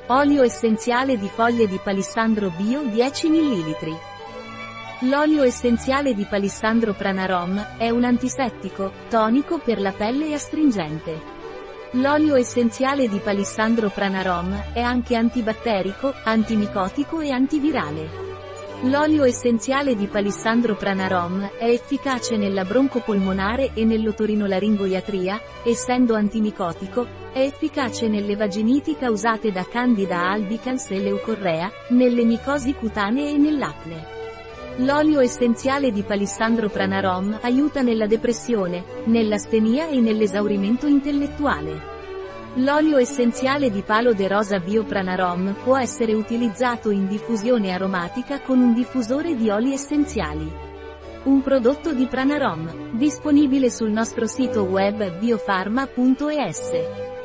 Olio essenziale di foglie di palissandro bio 10 ml. L'olio essenziale di palissandro Pranarom è un antisettico, tonico per la pelle e astringente. L'olio essenziale di palissandro Pranarom è anche antibatterico, antimicotico e antivirale. L'olio essenziale di palissandro Pranarom è efficace nella broncopolmonare e nell'otorinolaringoiatria, essendo antimicotico, è efficace nelle vaginiti causate da Candida albicans e Leucorrea, nelle micosi cutanee e nell'acne. L'olio essenziale di palissandro Pranarom aiuta nella depressione, nell'astenia e nell'esaurimento intellettuale. L'olio essenziale di palo de rosa bio Pranarom può essere utilizzato in diffusione aromatica con un diffusore di oli essenziali. Un prodotto di Pranarom, disponibile sul nostro sito web biofarma.es.